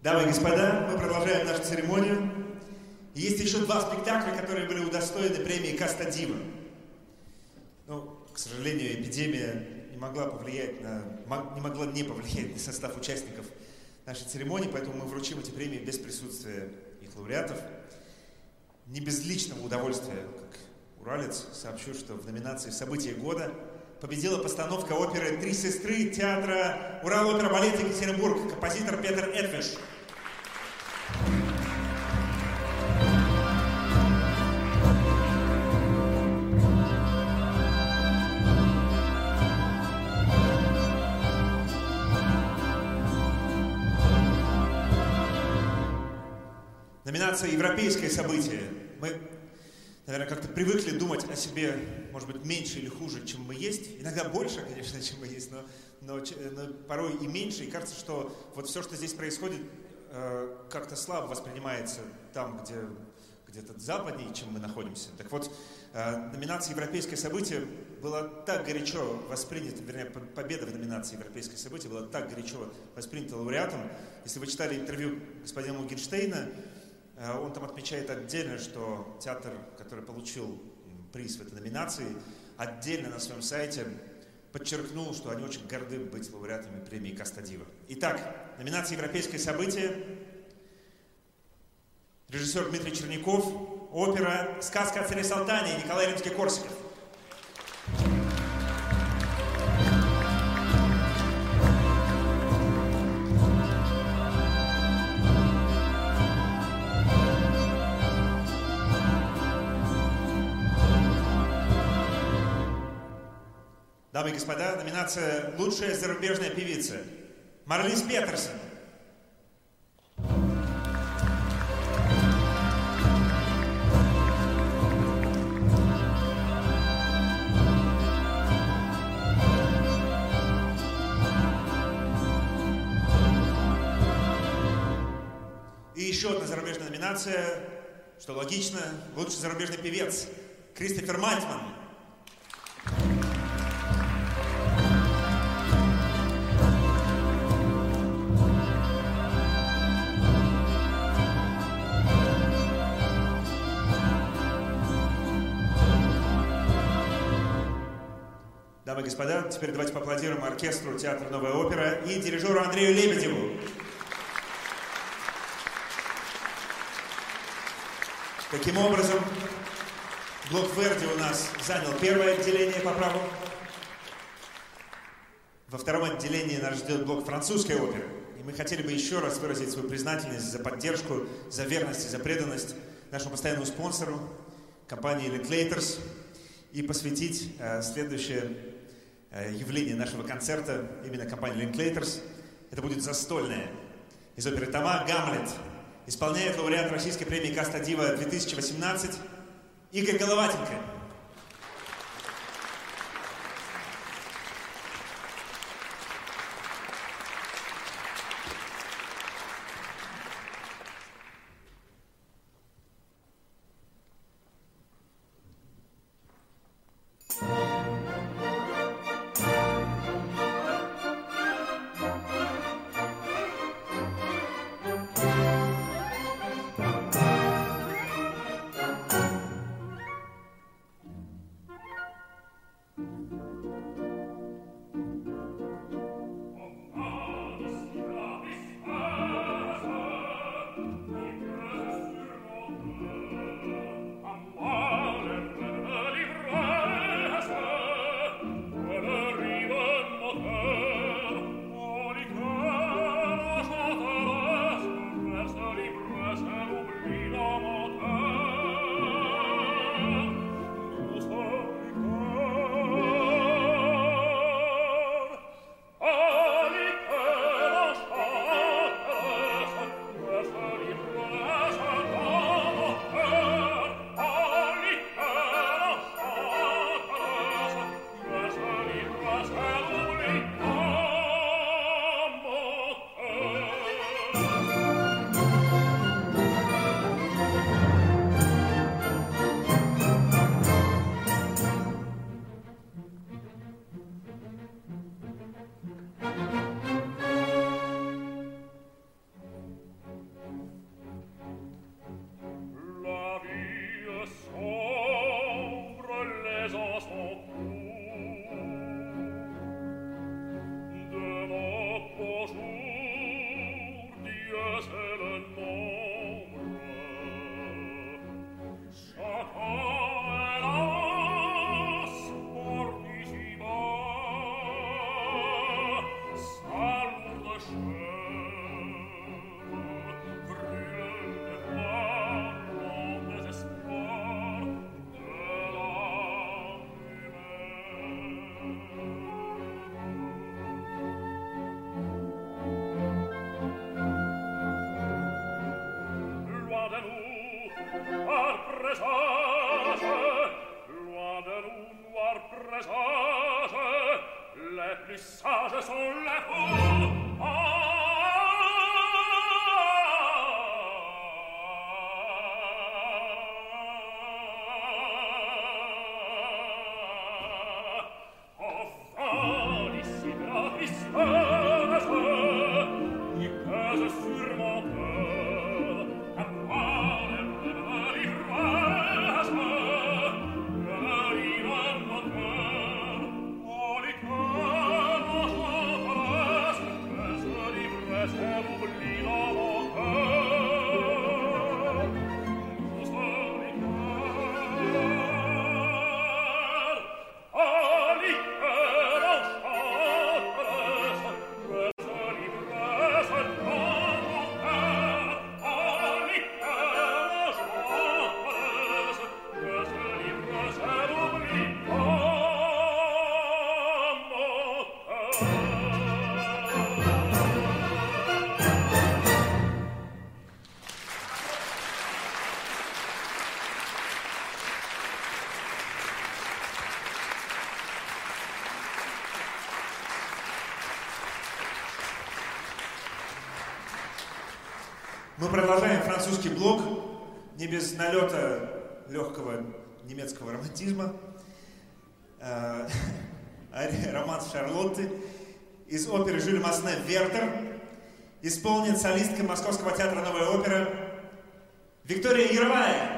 Дамы и господа, мы продолжаем нашу церемонию. И есть еще два спектакля, которые были удостоены премии «Каста Дива». Но, к сожалению, эпидемия не могла не повлиять на состав участников нашей церемонии, поэтому мы вручим эти премии без присутствия их лауреатов. Не без личного удовольствия, как уралец, сообщу, что в номинации «События года» победила постановка оперы «Три сестры» театра Урал-опера-балет Екатеринбург, композитор Петр Эдвиш. Номинация «Европейское событие». Мы, наверное, как-то привыкли думать о себе, может быть, меньше или хуже, чем мы есть. Иногда больше, конечно, чем мы есть, но порой и меньше. И кажется, что вот все, что здесь происходит, как-то слабо воспринимается там, где-то западнее, чем мы находимся. Так вот, номинация «Европейское событие» была так горячо воспринята, вернее, победа в номинации «Европейское событие» была так горячо воспринята лауреатом. Если вы читали интервью господина Мугенштейна, он там отмечает отдельно, что театр, который получил приз в этой номинации, отдельно на своем сайте подчеркнул, что они очень горды быть лауреатами премии «Каста Дива». Итак, номинация «Европейское событие». Режиссер Дмитрий Черняков, опера «Сказка о царе Салтане» Николай Римский-Корсаков. Дамы и господа, номинация «Лучшая зарубежная певица» Марлис Петерсон. И еще одна зарубежная номинация, что логично, лучший зарубежный певец Кристофер Мальтман. Дамы и господа, теперь давайте поаплодируем оркестру театра «Новая опера» и дирижеру Андрею Лебедеву. Таким образом, блок Верди у нас занял первое отделение по праву. Во втором отделении нас ждет блок французской оперы. И мы хотели бы еще раз выразить свою признательность за поддержку, за верность и за преданность нашему постоянному спонсору, компании Linklaters, и посвятить следующее явление нашего концерта именно компании Linklaters. Это будет застольное. Из оперы «Тома» «Гамлет». Исполняет лауреат Российской премии «Каста Дива» 2018 Игорь Головатенко. Verso Мы продолжаем французский блок, не без налета легкого немецкого романтизма. Роман Шарлотты из оперы Жюля Масне «Вертер» исполнит солистка Московского театра «Новая опера» Виктория Яровая.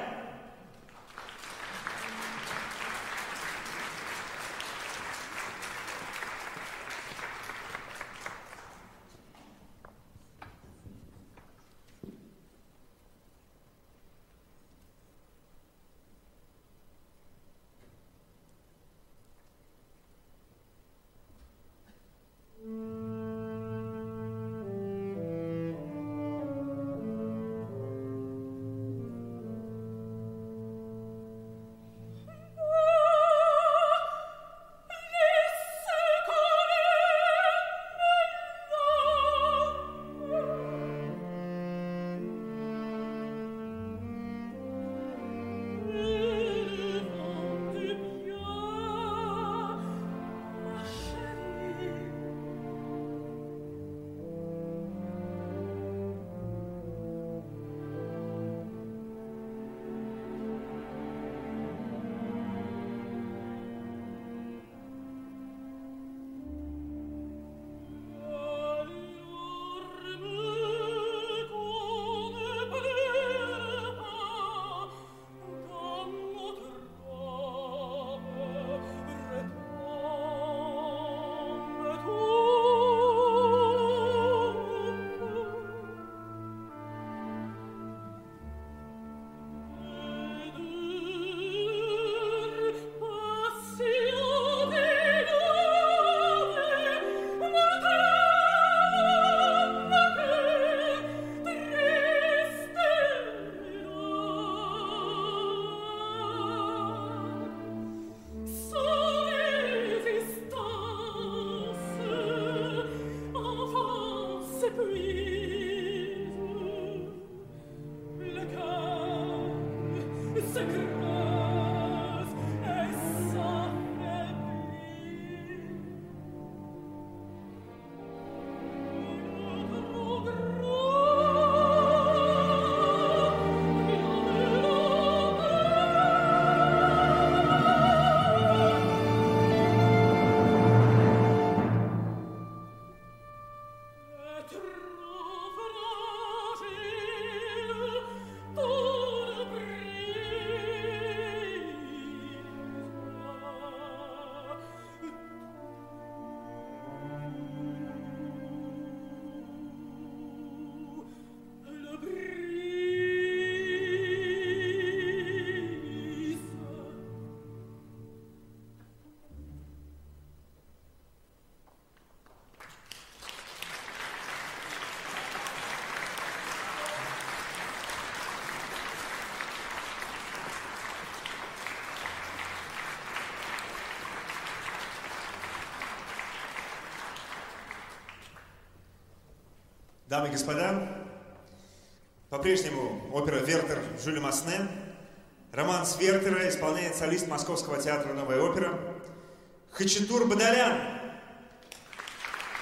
Дамы и господа, по-прежнему опера «Вертер» Жюля Масне. Романс Вертера исполняет солист Московского театра «Новая опера» Хачатур Бадалян.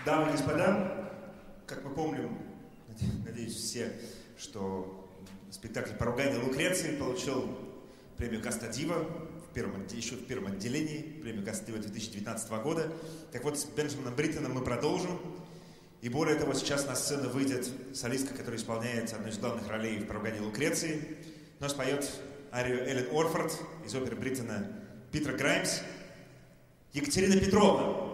Дамы и господа, как мы помним, надеюсь все, что спектакль «Поругание Лукреции» получил премию Каста Дива еще в первом отделении, премию Каста Дива 2019 года. Так вот, с Бенджамином Бриттоном мы продолжим. И более того, сейчас на сцену выйдет солистка, которая исполняет одну из главных ролей в «Поругании Лукреции». Но споет арию Эллен Орфорд из оперы Бриттона «Питер Граймс» Екатерина Петровна.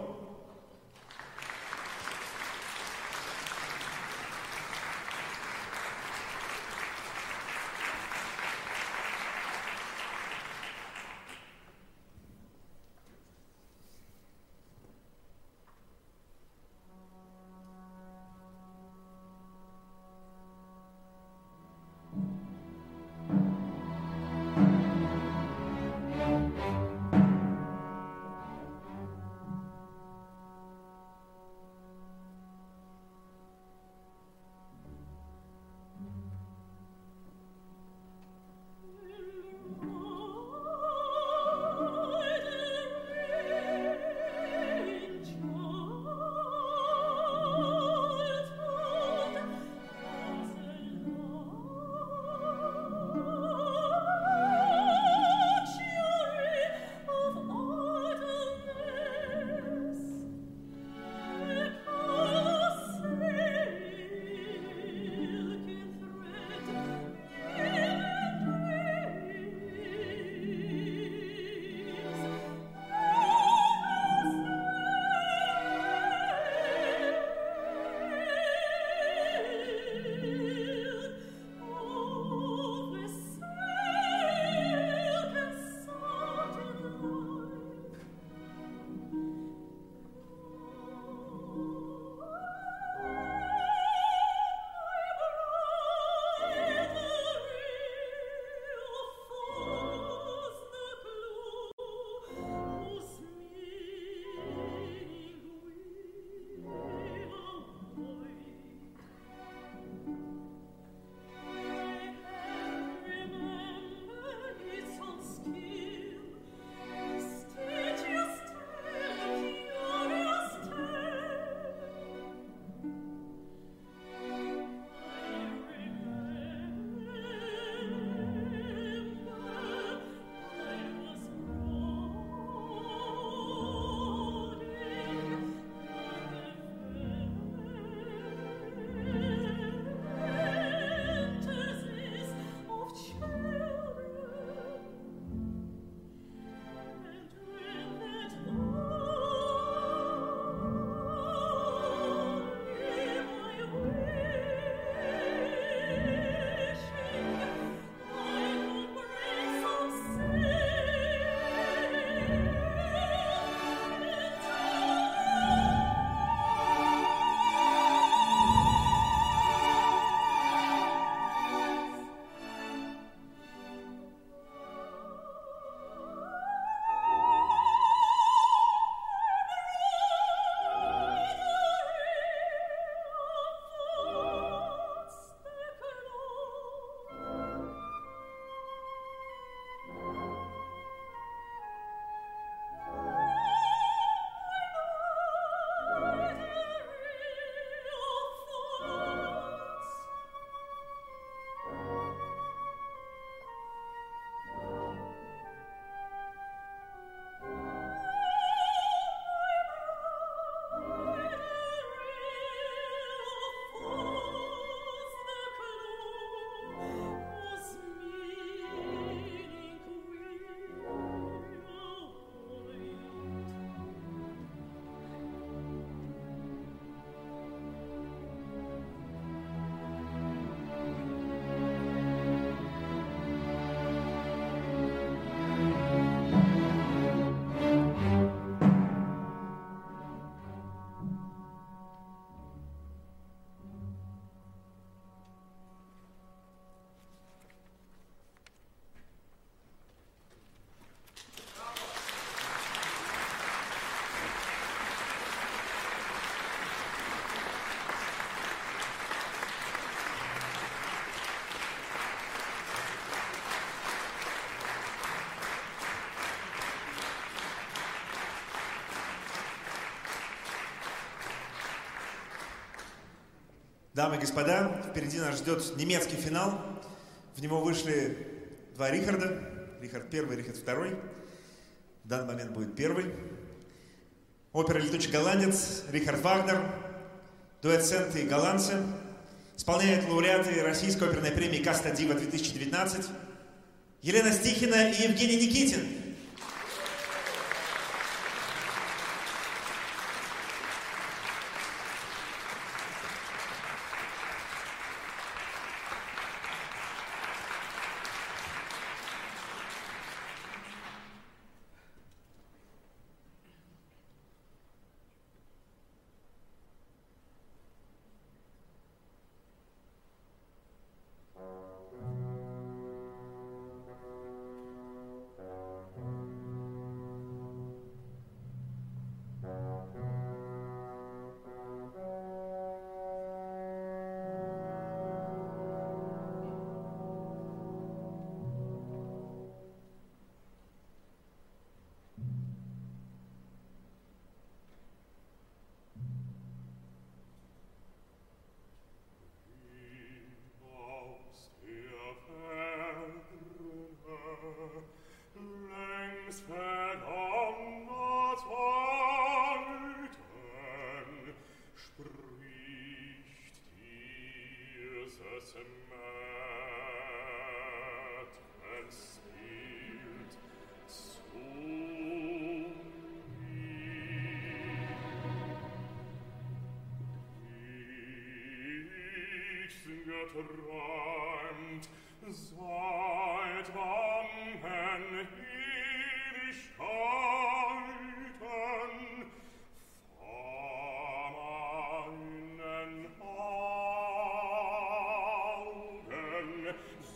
Дамы и господа, впереди нас ждет немецкий финал. В него вышли два Рихарда. Рихард первый, Рихард второй. В данный момент будет первый. Опера «Летучий голландец», Рихард Вагнер, дуэт «Сенты» и «Голландцы». Исполняют лауреаты Российской оперной премии «Каста Дива» 2019 Елена Стихина и Евгений Никитин. Geträumt seit langen Ewigkeiten vor meinen Augen sieh's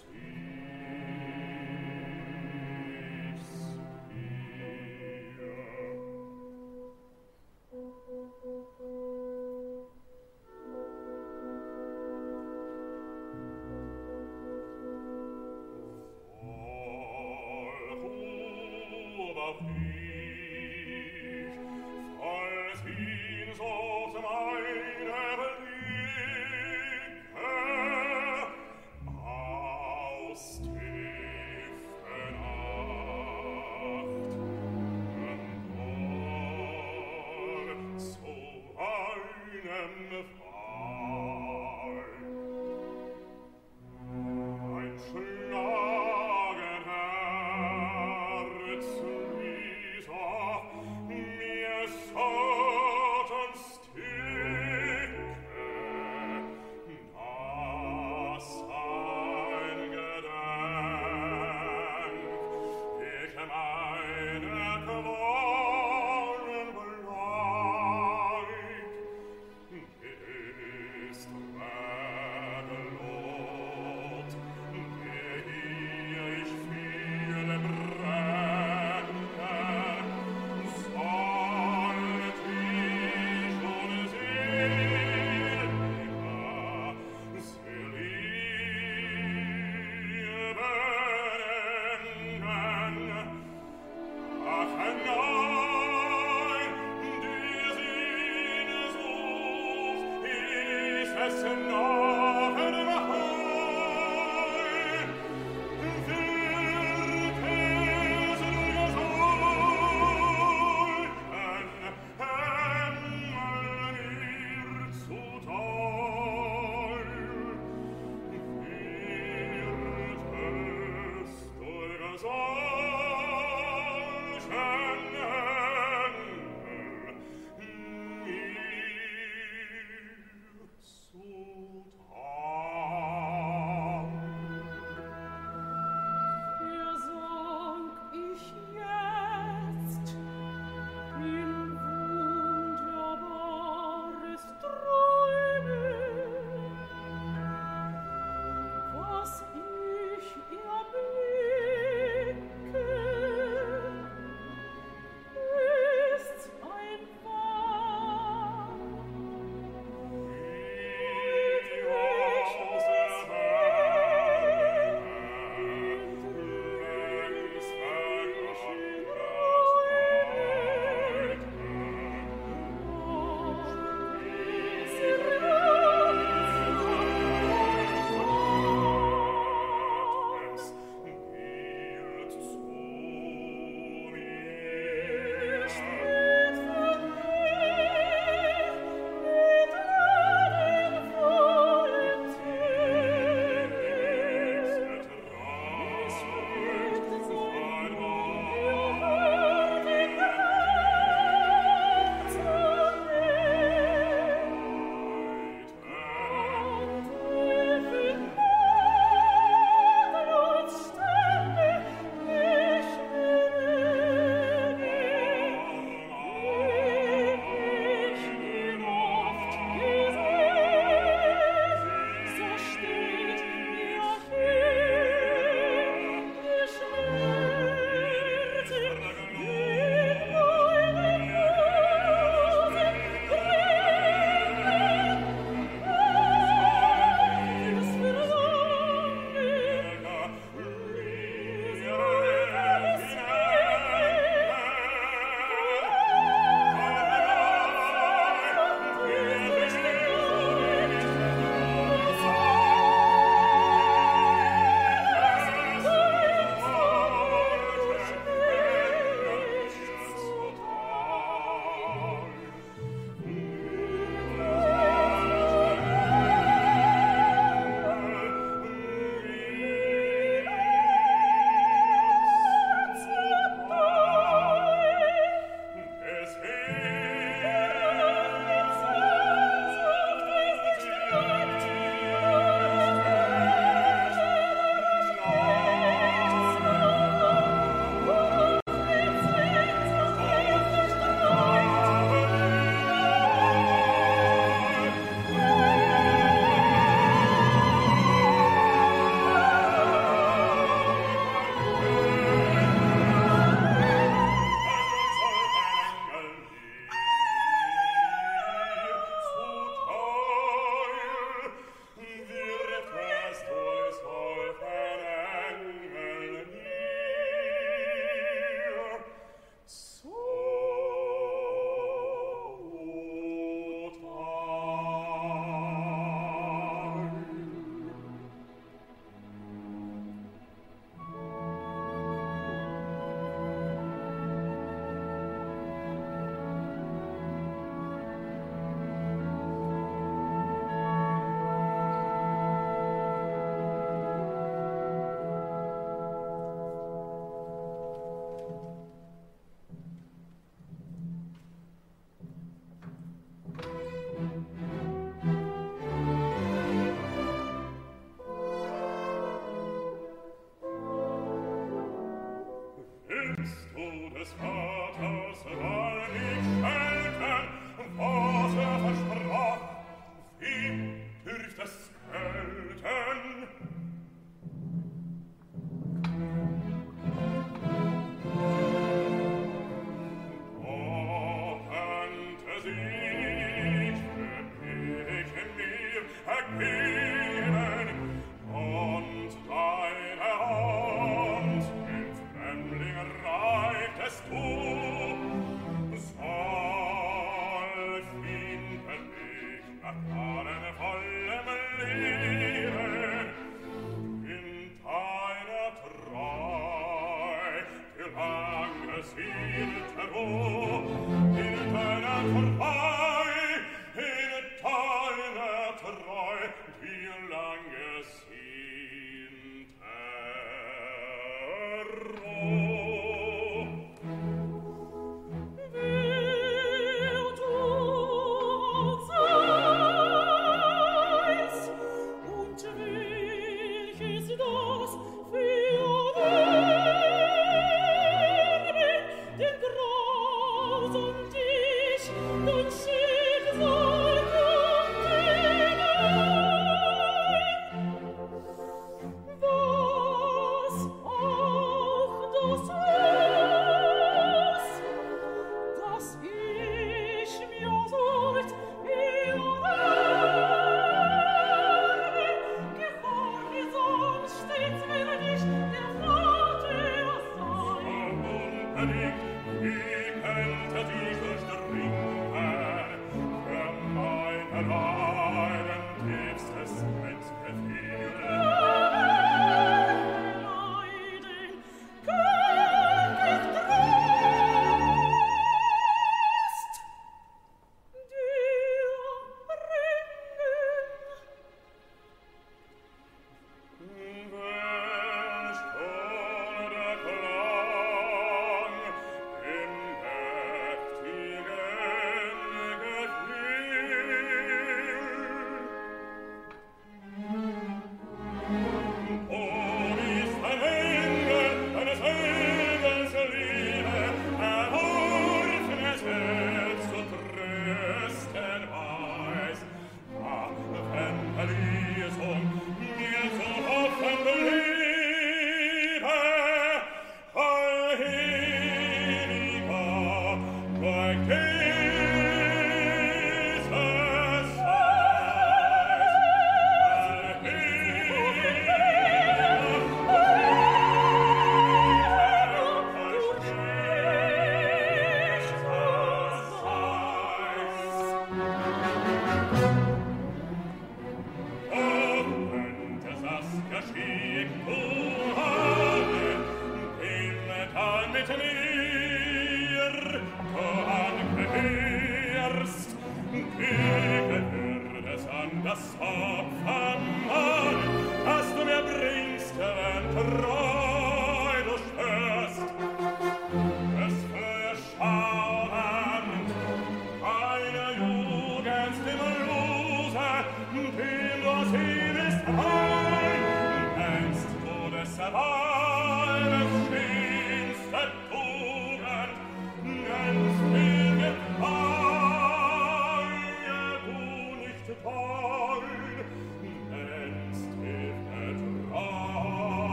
so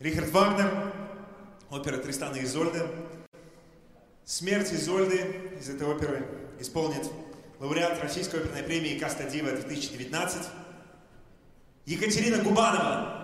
Рихард Вагнер, опера «Тристан и Изольда». «Смерть Изольды» из этой оперы исполнит лауреат Российской оперной премии «Каста Дива» 2019 Екатерина Губанова.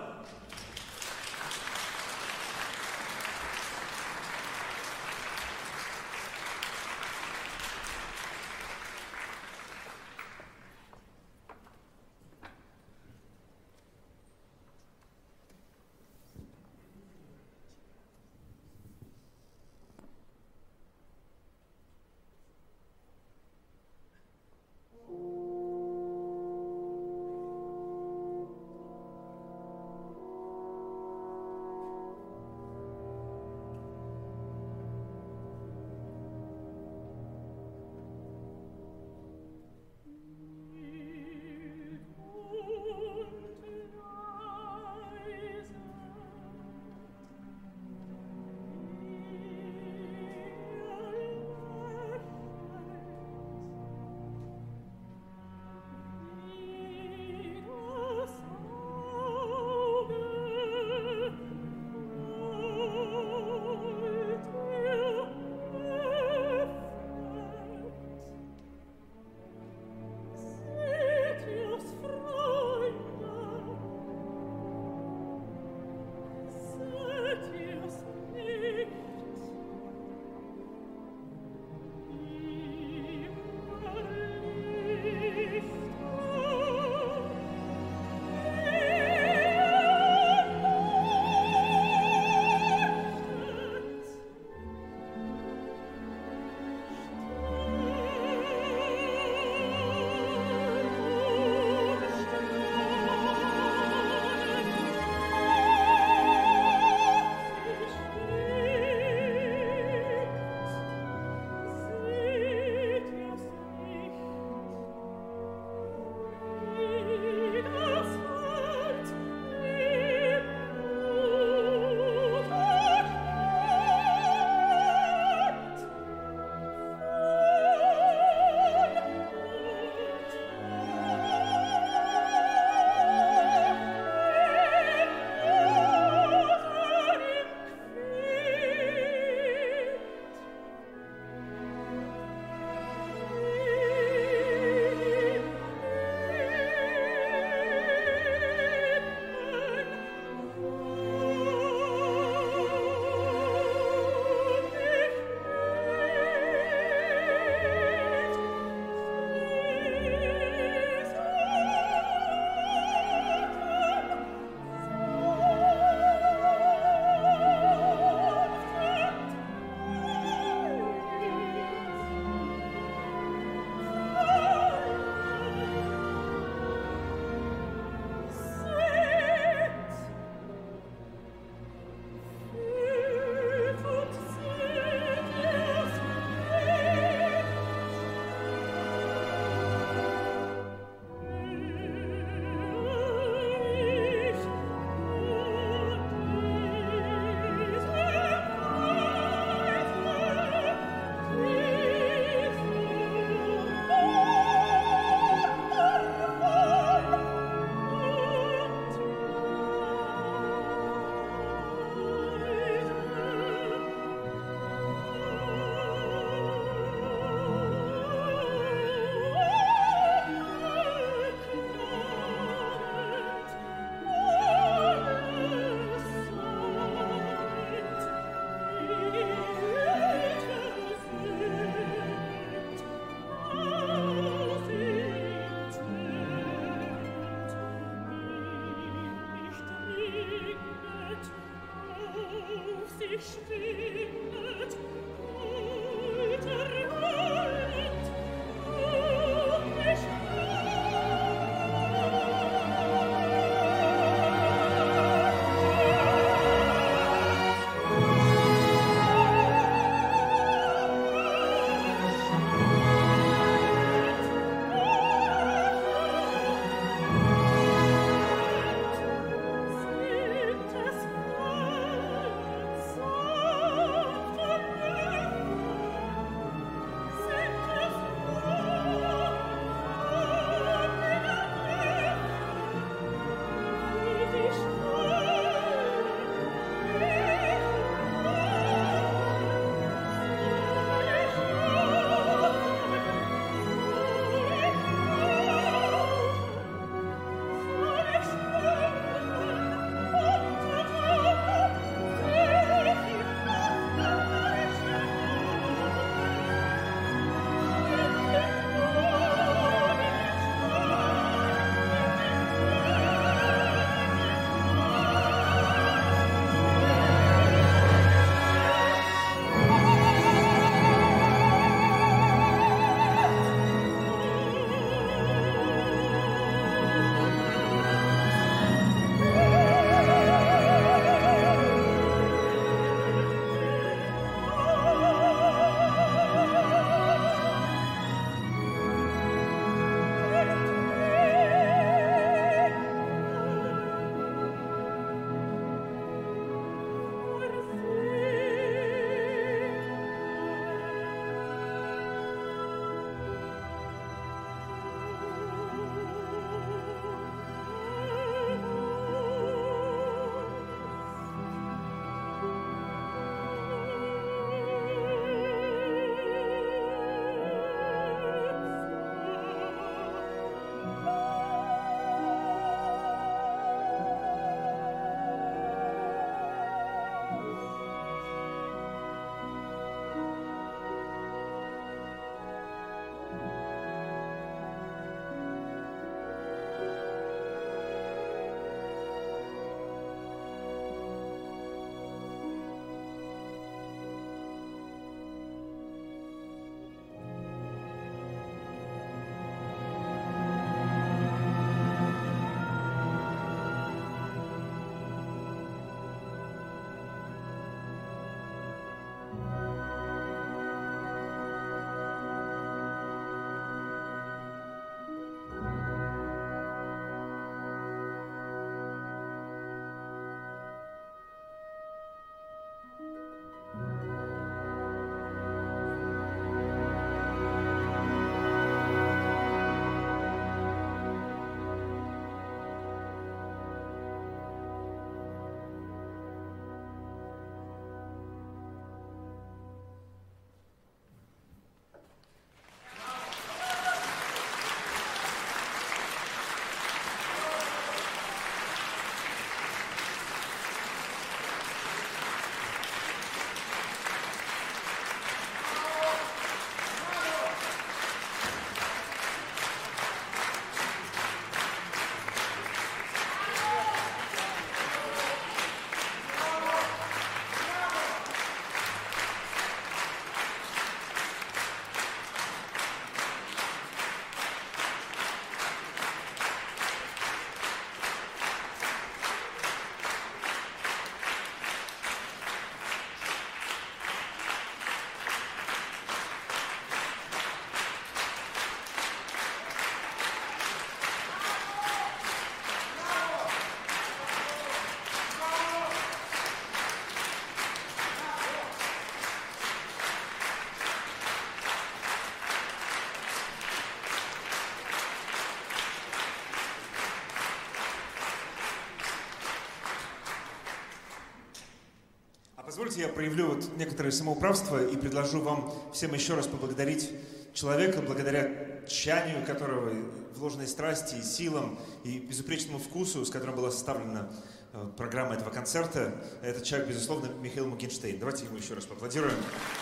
Позвольте, я проявлю вот некоторое самоуправство и предложу вам всем еще раз поблагодарить человека, благодаря тщанию которого, вложенной страсти и силам, и безупречному вкусу, с которым была составлена программа этого концерта. Этот человек, безусловно, Михаил Мугенштейн. Давайте ему еще раз поаплодируем.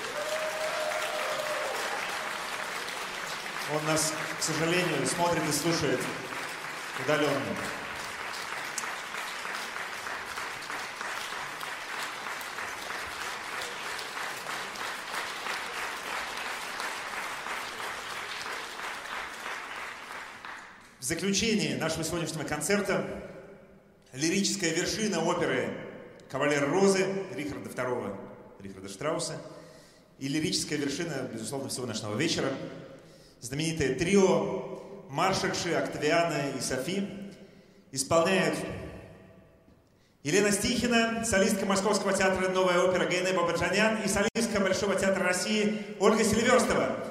Он нас, к сожалению, смотрит и слушает удаленно. В заключение нашего сегодняшнего концерта лирическая вершина оперы «Кавалер Розы» Рихарда II, Рихарда Штрауса, и лирическая вершина, безусловно, всего нашего вечера, знаменитое трио маршакши Октавиана и Софи исполняют Елена Стихина, солистка Московского театра «Новая опера» Гайне Бабаджанян и солистка Большого театра России Ольга Селиверстова.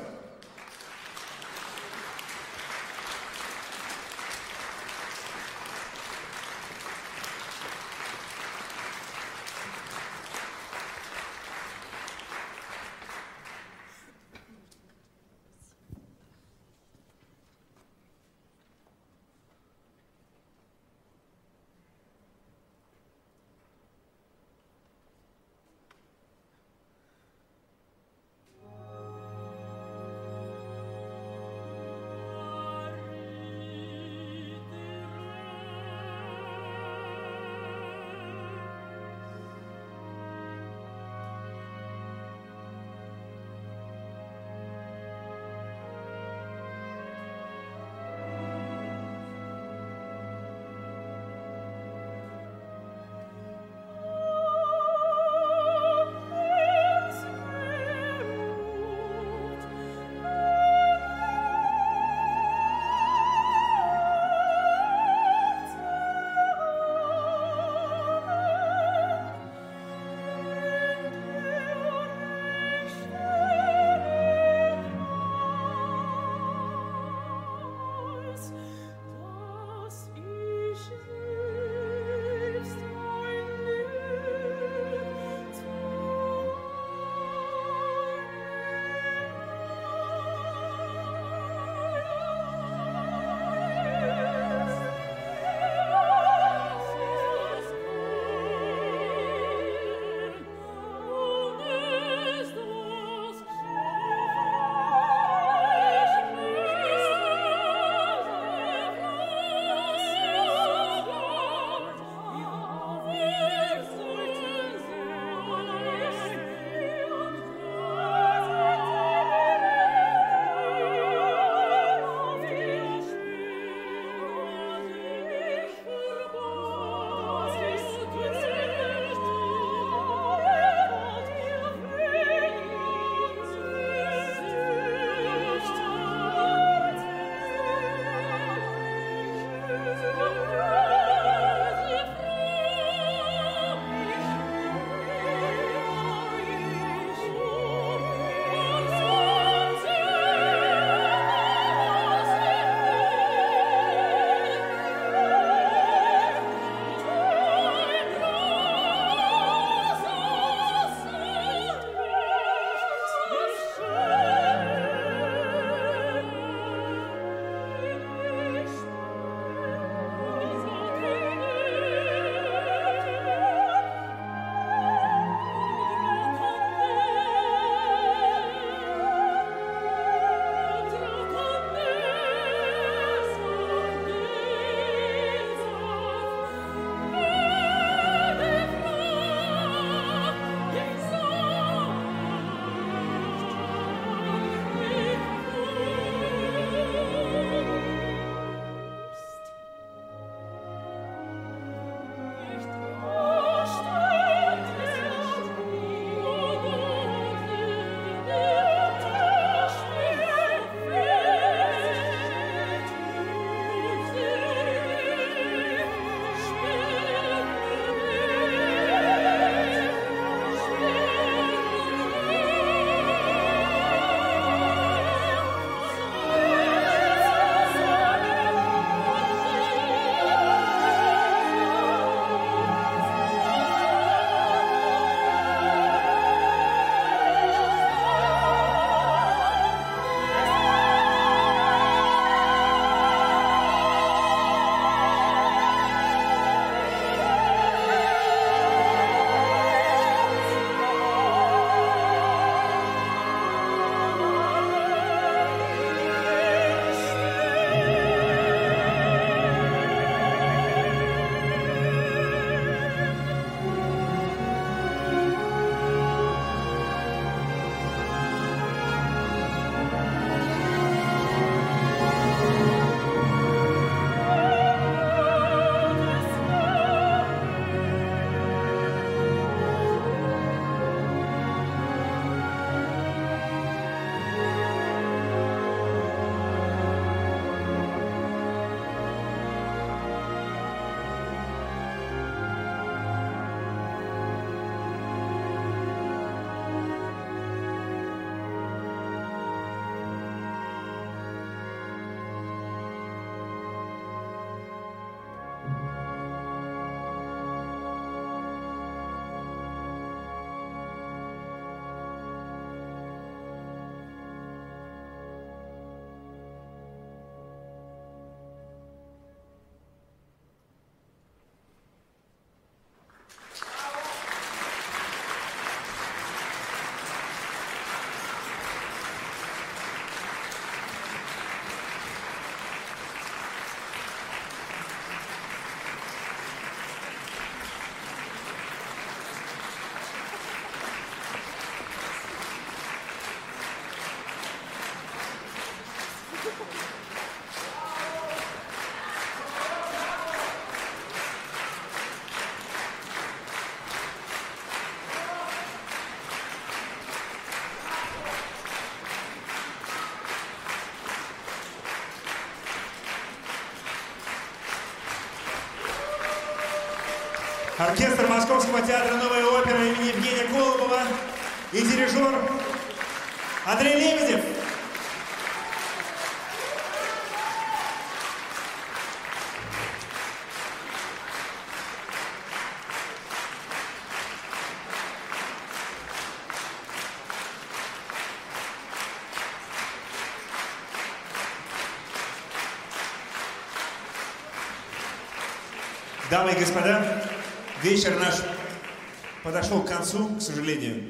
Оркестр Московского театра «Новая опера» имени Евгения Колобова и дирижер Андрей Лебедев. Дамы и господа, вечер наш подошел к концу, к сожалению.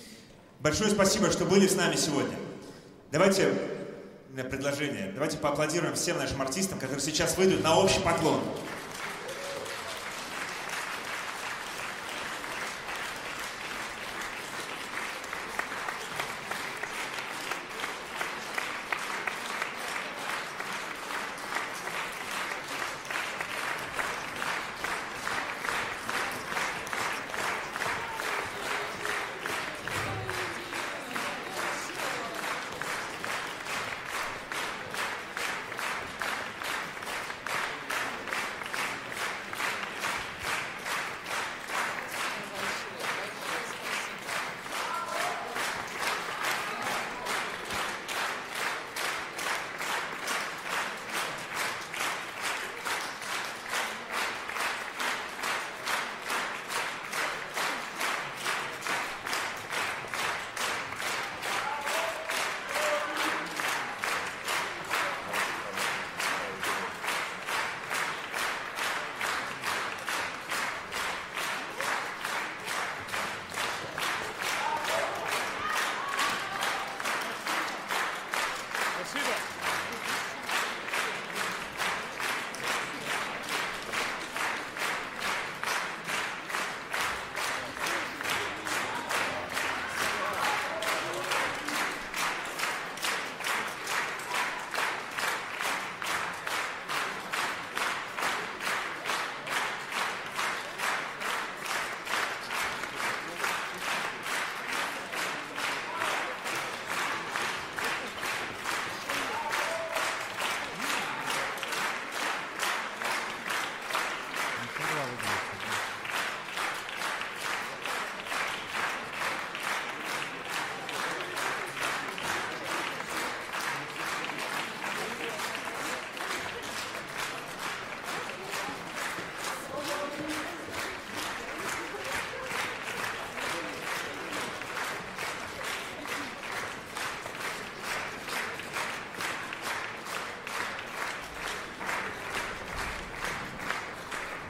Большое спасибо, что были с нами сегодня. Давайте, у меня предложение, давайте поаплодируем всем нашим артистам, которые сейчас выйдут на общий поклон.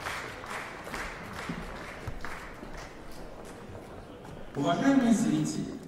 Уважаемые зрители,